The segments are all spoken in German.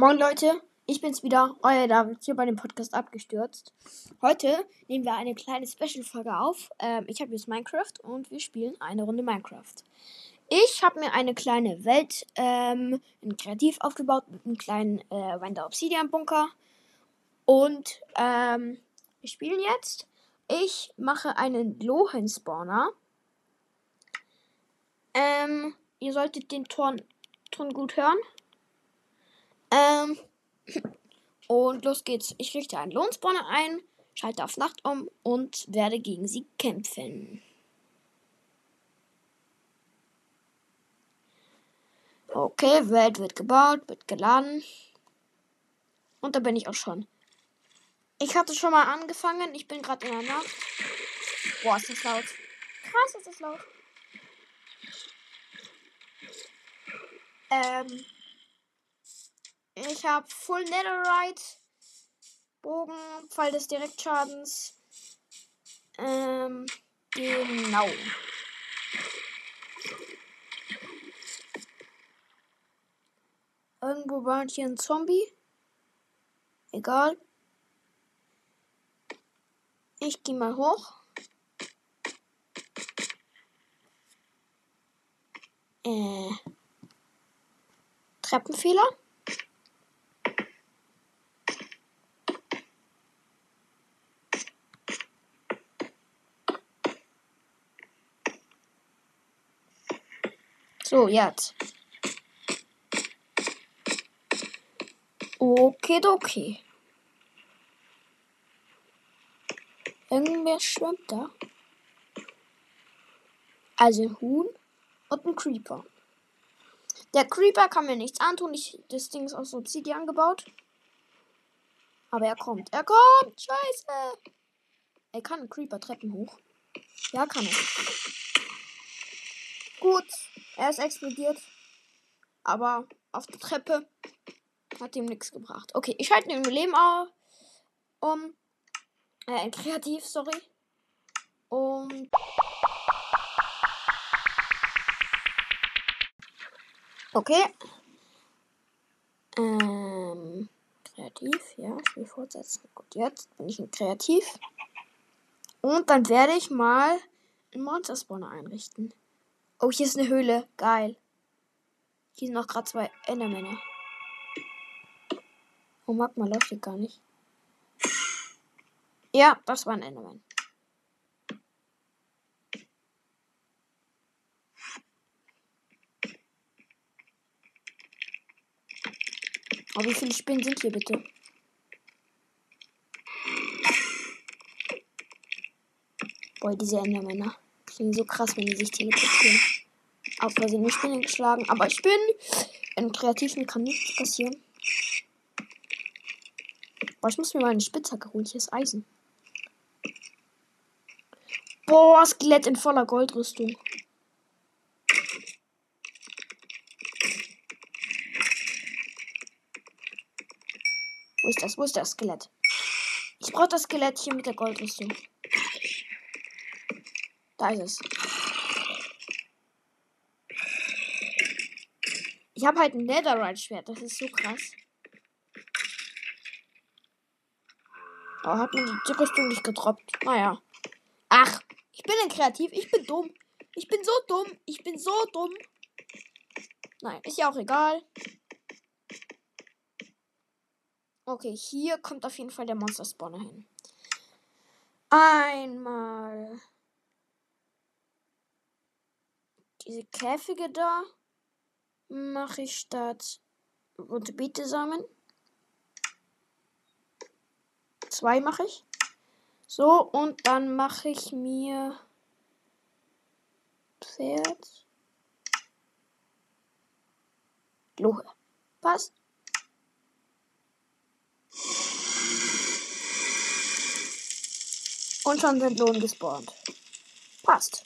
Moin Leute, ich bin's wieder, euer David, hier bei dem Podcast abgestürzt. Heute nehmen wir eine kleine Special-Folge auf. Ich habe jetzt Minecraft und wir spielen eine Runde Minecraft. Ich habe mir eine kleine Welt in Kreativ aufgebaut mit einem kleinen Wender Obsidian-Bunker. Und wir spielen jetzt. Ich mache einen Lohen-Spawner. Ihr solltet den Ton gut hören. Und los geht's. Ich richte einen Lohnspawner ein, schalte auf Nacht um und werde gegen sie kämpfen. Okay, Welt wird gebaut, wird geladen. Und da bin ich auch schon. Ich hatte schon mal angefangen. Ich bin gerade in der Nacht. Boah, ist das laut. Krass, ist das laut. Ich habe Full Netherite, Bogen, Pfeil des Direktschadens. Genau. Irgendwo war hier ein Zombie. Egal. Ich gehe mal hoch. Treppenfehler. So, jetzt. Okay. Irgendwer schwimmt da. Also ein Huhn und ein Creeper. Der Creeper kann mir nichts antun. Das Ding ist aus Obsidian gebaut. Aber er kommt. Scheiße. Er kann ein Creeper Treppen hoch. Ja, kann er. Gut. Er ist explodiert. Aber auf der Treppe hat ihm nichts gebracht. Okay, ich schalte ihn im Leben um. In Kreativ, sorry. Und okay. Kreativ, ja, ich will fortsetzen. Gut, jetzt bin ich in Kreativ. Und dann werde ich mal einen Monster-Spawner einrichten. Oh, hier ist eine Höhle. Geil. Hier sind noch gerade 2 Endermänner. Oh, Magma läuft hier gar nicht. Ja, das war ein Enderman. Oh, wie viele Spinnen sind hier bitte? Boah, diese Endermänner klingen so krass, wenn die sich teleportieren. Auf Versehen eine Spinne geschlagen. Aber ich bin im Kreativen, kann nichts passieren. Boah, ich muss mir mal eine Spitzhacke holen. Hier ist Eisen. Boah, Skelett in voller Goldrüstung. Wo ist das Skelett? Ich brauche das Skelettchen mit der Goldrüstung. Da ist es. Ich habe halt ein Netherite-Schwert. Das ist so krass. Aber hat mir die Rüstung nicht gedroppt. Naja. Ach, ich bin ein Kreativ. Ich bin dumm. Ich bin so dumm. Nein, ist ja auch egal. Okay, hier kommt auf jeden Fall der Monster-Spawner hin. Einmal diese Käfige da mache ich statt rote Beete-Samen. 2 mache ich. So, und dann mache ich mir Pferd. Lohe. Passt. Und schon sind Lohn gespawnt. Passt.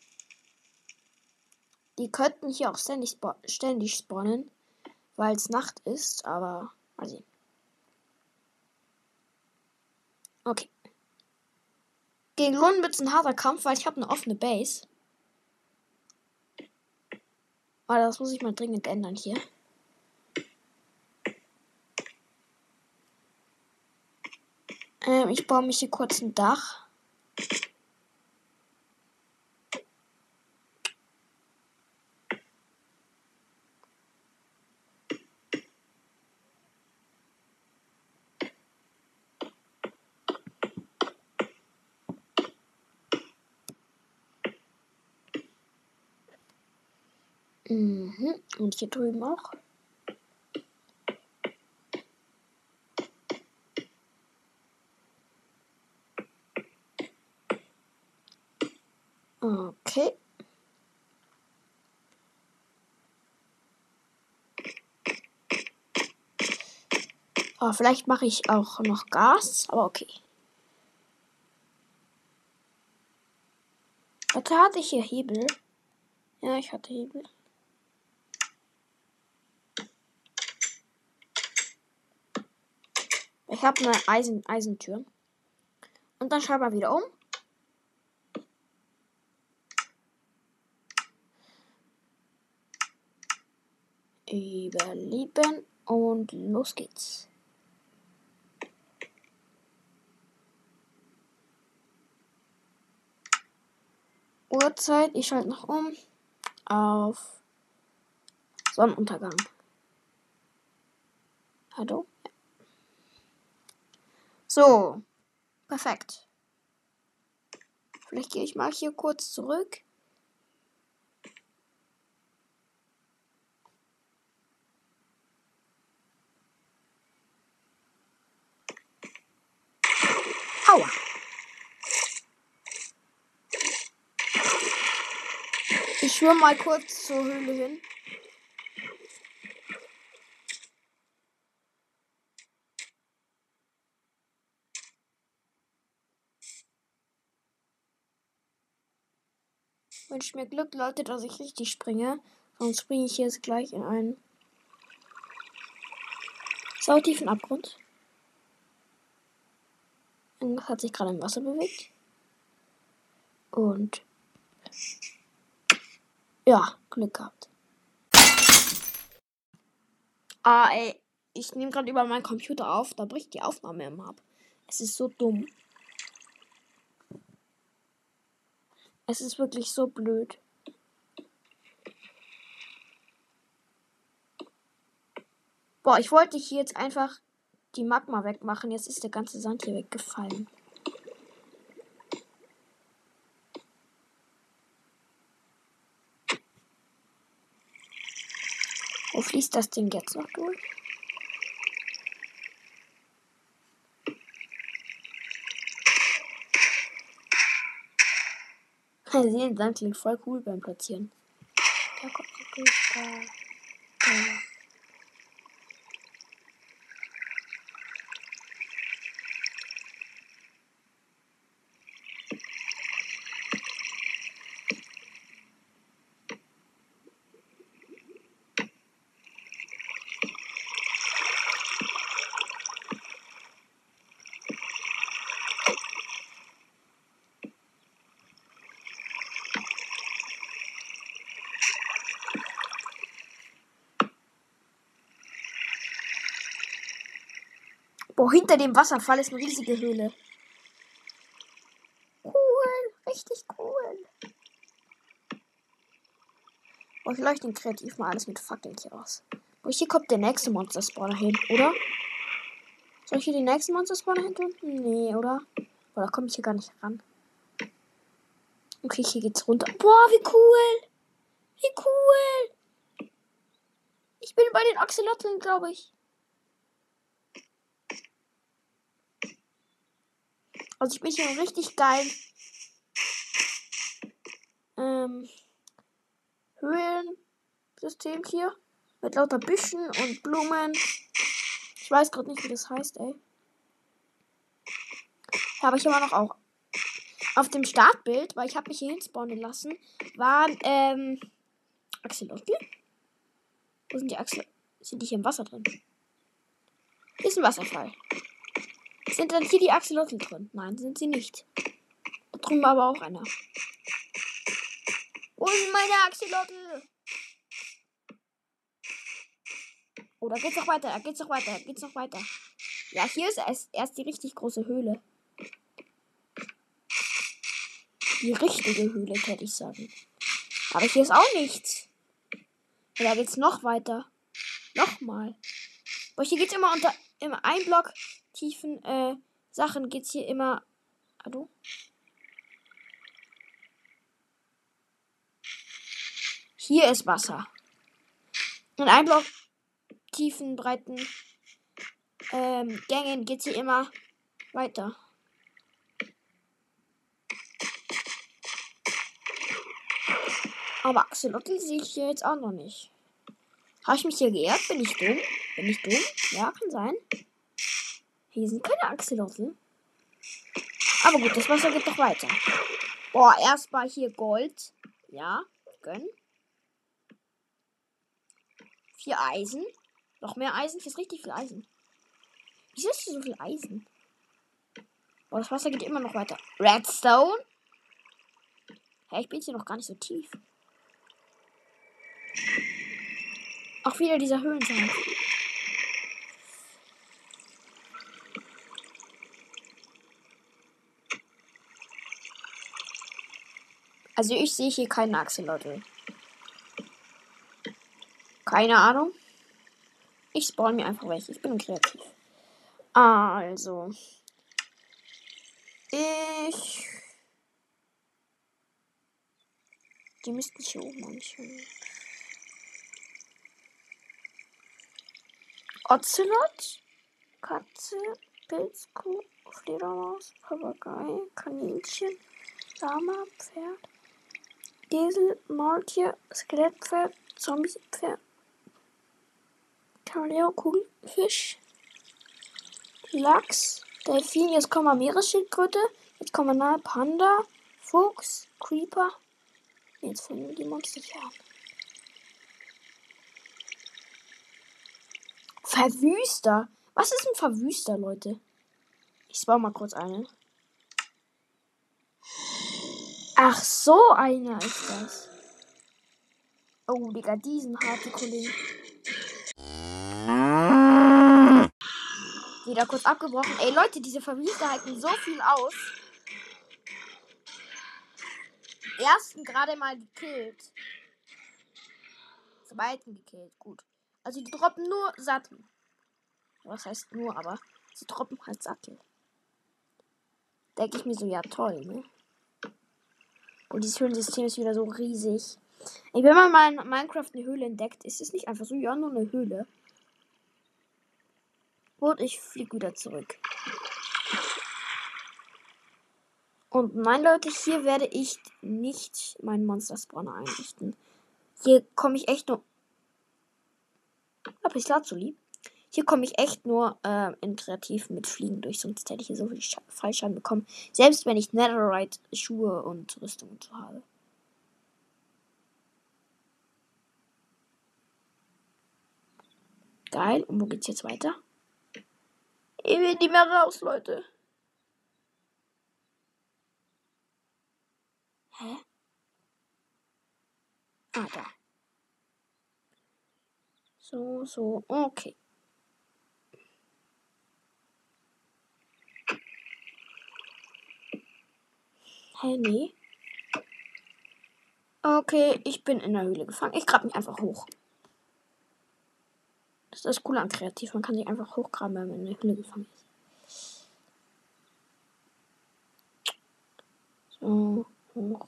Die könnten hier auch ständig spawnen, weil es Nacht ist, aber mal sehen. Okay. Gegen Lohn wird es ein harter Kampf, weil ich habe eine offene Base. Aber das muss ich mal dringend ändern hier. Ich baue mich hier kurz ein Dach. Und hier drüben auch. Okay. Vielleicht mache ich auch noch Gas, aber okay. Hatte ich hier Hebel? Ja, ich hatte Hebel. Ich habe eine Eisentür. Und dann schauen wir wieder um. Überleben und los geht's. Uhrzeit, ich schalte noch um auf Sonnenuntergang. Hallo? So, perfekt. Vielleicht gehe ich mal hier kurz zurück. Aua. Ich schwimme mal kurz zur Höhle hin. Wünsche mir Glück, Leute, dass ich richtig springe. Sonst springe ich jetzt gleich in einen sautiefen Abgrund. Irgendwas hat sich gerade im Wasser bewegt. Und ja, Glück gehabt. Ey, ich nehme gerade über meinen Computer auf, da bricht die Aufnahme immer ab. Es ist so dumm. Es ist wirklich so blöd. Boah, ich wollte hier jetzt einfach die Magma wegmachen. Jetzt ist der ganze Sand hier weggefallen. Wo fließt das Ding jetzt noch durch? Den Sand klingt voll cool beim Platzieren. Da kommt er durch. Da. Boah, hinter dem Wasserfall ist eine riesige Höhle. Cool, richtig cool. Boah, ich leuchte kreativ mal alles mit Fackeln hier aus. Boah, hier kommt der nächste Monster-Spawner hin, oder? Soll ich hier den nächsten Monster-Spawner hin tun? Nee, oder? Boah, da komme ich hier gar nicht ran. Okay, hier geht's runter. Boah, wie cool! Wie cool! Ich bin bei den Axolotln, glaube ich. Also ich bin hier richtig geil. Höhlensystem hier. Mit lauter Büschen und Blumen. Ich weiß gerade nicht, wie das heißt, ey. Habe ich immer noch auch. Auf dem Startbild, weil ich habe mich hier hinspawnen lassen, waren Axolotl. Wo sind die Axolotl? Sind die hier im Wasser drin? Hier ist ein Wasserfall. Sind dann hier die Axolotl drin? Nein, sind sie nicht. Da drüben war aber auch einer. Wo sind meine Axolotl? Oh, da geht's noch weiter, da geht's noch weiter, da geht's noch weiter. Ja, hier ist erst die richtig große Höhle. Die richtige Höhle, könnte ich sagen. Aber hier ist auch nichts. Und da geht's noch weiter. Nochmal. Aber hier geht's immer im ein Block tiefen Sachen geht's hier immer. Hallo? Hier ist Wasser. In ein Block tiefen, breiten Gängen geht's hier immer weiter. Aber Axolotl sehe ich hier jetzt auch noch nicht. Habe ich mich hier geirrt? Bin ich dumm? Bin ich dumm? Ja, kann sein. Hier sind keine Axolotl. Aber gut, das Wasser geht doch weiter. Boah, erstmal hier Gold. Ja, gönn. 4 Eisen. Noch mehr Eisen. Hier ist richtig viel Eisen. Wieso ist hier so viel Eisen? Boah, das Wasser geht immer noch weiter. Redstone. Hä, ich bin hier noch gar nicht so tief. Auch wieder dieser Höhlensound. Also ich sehe hier keinen Axolotl. Keine Ahnung. Ich spawn mir einfach welche. Ich bin kreativ. Also. Die müssten hier oben manchmal. Ocelot, Katze, Pilzkuh, Fledermaus, Papagei, Kaninchen, Lama, Pferd, Esel, Maultier, Skelettpferd, Zombiepferd, Kameleon, Kugelfisch, Lachs, Delfin, jetzt kommen wir Meeresschildkröte, jetzt kommen wir nahe Panda, Fuchs, Creeper. Jetzt fangen die Monster hier an. Verwüster? Was ist ein Verwüster, Leute? Ich spawn mal kurz einen. Ach, so einer ist das. Oh, Digga, diesen harte Kollegen. Wieder kurz abgebrochen. Ey, Leute, diese Verwüster halten so viel aus. Ersten gerade mal gekillt. Zweiten gekillt. Gut. Also die droppen nur Sattel. Was heißt nur, aber sie droppen halt Sattel. Denke ich mir so, ja toll, ne? Und dieses Höhlensystem ist wieder so riesig. Ey, wenn man mal in Minecraft eine Höhle entdeckt, ist es nicht einfach so, ja, nur eine Höhle. Und ich fliege wieder zurück. Und nein, Leute, hier werde ich nicht meinen Monster-Spawner einrichten. Hier komme ich echt nur... Lapis-Lazuli. Hier komme ich echt nur in Kreativ mit Fliegen durch, sonst hätte ich hier so viel Fallschaden bekommen. Selbst wenn ich Netherite, Schuhe und Rüstung und so habe. Geil. Und wo geht's jetzt weiter? Ich will nicht mehr raus, Leute. Hä? Ah, da. So. Okay. Hä, nee. Okay, ich bin in der Höhle gefangen. Ich grab mich einfach hoch. Das ist das Coole an Kreativ. Man kann sich einfach hochgraben, wenn man in der Höhle gefangen ist. So, hoch.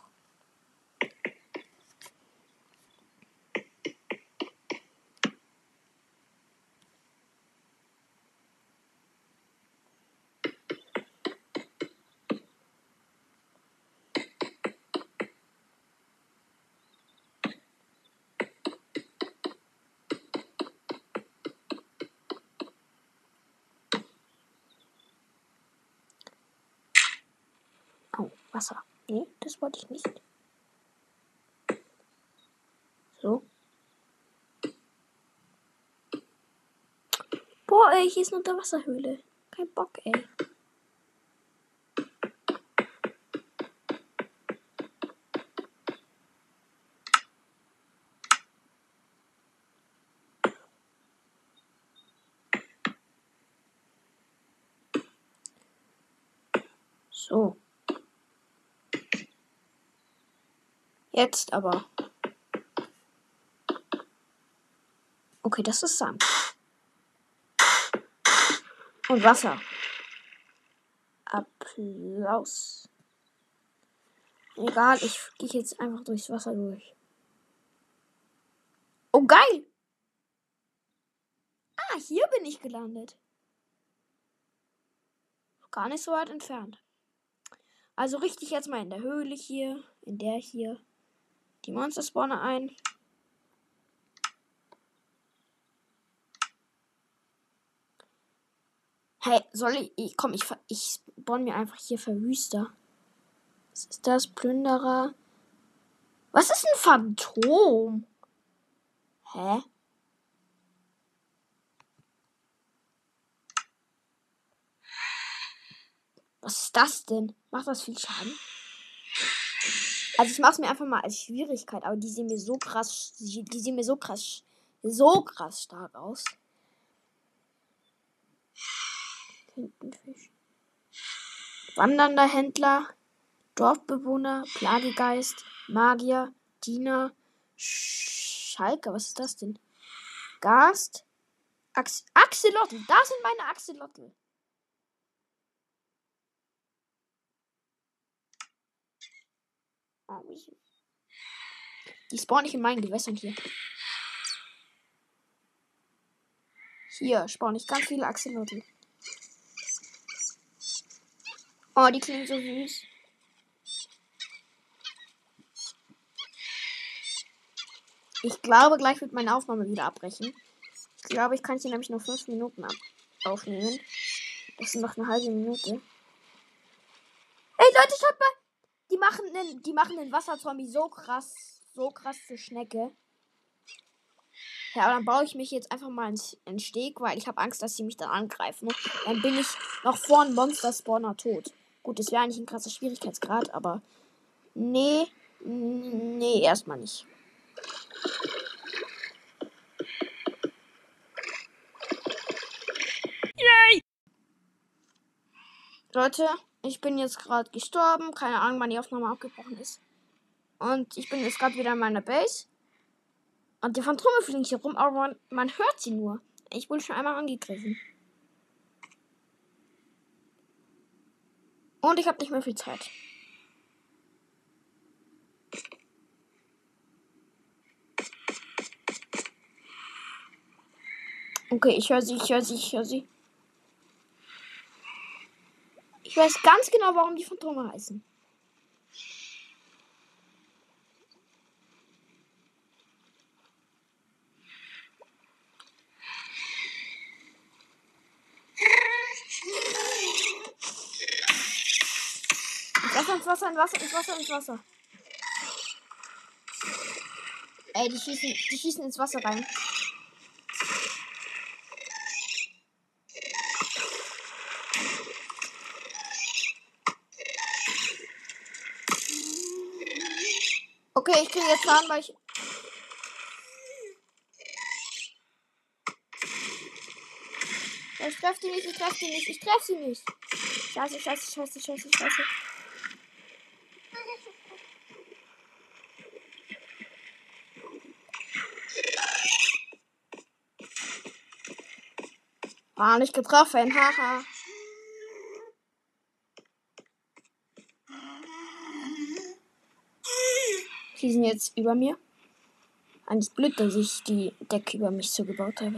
Oh, Wasser. Nee, das wollte ich nicht. So. Boah, ey, hier ist eine Unterwasserhöhle. Kein Bock, ey. So. Jetzt aber. Okay, das ist Sand. Und Wasser. Applaus. Egal, ich gehe jetzt einfach durchs Wasser durch. Oh, geil! Ah, hier bin ich gelandet. Gar nicht so weit entfernt. Also richte ich jetzt mal in der Höhle hier, in der hier, die Monster-Spawner ein. Hey, komm, ich spawn mir einfach hier Verwüster. Was ist das? Plünderer. Was ist ein Phantom? Hä? Was ist das denn? Macht das viel Schaden? Also ich mach's mir einfach mal als Schwierigkeit, aber die sehen mir so krass, so krass stark aus. Tintenfisch. Wandernder Händler, Dorfbewohner, Plagegeist, Magier, Diener, Schalker, was ist das denn? Gast, Axolotl, da sind meine Axolotl. Oh, die spawnen nicht in meinen Gewässern hier. Hier spawne ich ganz viele Axolotl. Oh, die klingen so süß. Ich glaube, gleich wird meine Aufnahme wieder abbrechen. Ich glaube, ich kann hier nämlich nur 5 Minuten aufnehmen. Das sind noch eine halbe Minute. Ey Leute, schaut mal! Die machen den Wasserzombie so krass zur Schnecke. Ja, aber dann baue ich mich jetzt einfach mal in Steg, weil ich habe Angst, dass sie mich dann angreifen. Dann bin ich noch vor einem Monster-Spawner tot. Gut, das wäre eigentlich ein krasser Schwierigkeitsgrad, aber nee, erstmal nicht. Yay! Leute, ich bin jetzt gerade gestorben. Keine Ahnung, wann die Aufnahme abgebrochen ist. Und ich bin jetzt gerade wieder in meiner Base. Und die Phantome fliegen hier rum, aber man hört sie nur. Ich wurde schon einmal angegriffen. Und ich habe nicht mehr viel Zeit. Okay, ich höre sie. Ich weiß ganz genau, warum die Phantome heißen. Ins Wasser. Ey, die schießen ins Wasser rein. Okay, ich kriege jetzt Schaden, weil ich... Ich treffe sie nicht. Scheiße. Ah, nicht getroffen, haha. Sie sind jetzt über mir. Eigentlich blöd, dass ich die Decke über mich so gebaut habe.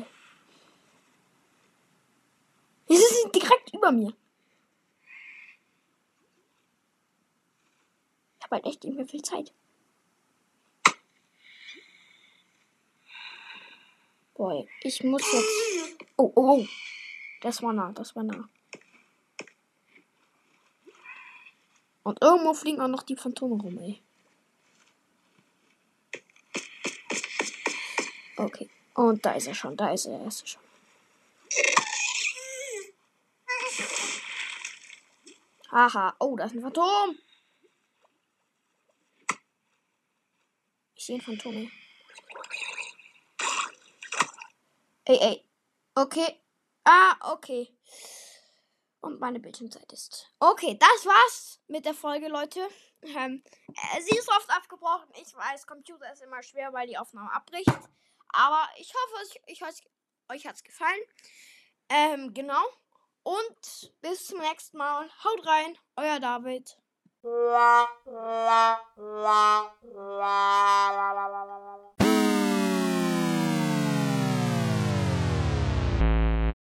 Sie sind direkt über mir. Ich habe halt echt nicht mehr viel Zeit. Boy, ich muss jetzt... Oh. Das war nah. Und irgendwo fliegen auch noch die Phantome rum, ey. Okay. Und da ist er schon. Da ist der erste schon. Haha. Oh, da ist ein Phantom. Ich sehe ein Phantom, ey. Ey. Okay. Ah, okay. Und meine Bildschirmzeit ist. Okay, das war's mit der Folge, Leute. Sie ist oft abgebrochen. Ich weiß, Computer ist immer schwer, weil die Aufnahme abbricht. Aber ich hoffe, euch hat's gefallen. Genau. Und bis zum nächsten Mal. Haut rein, euer David.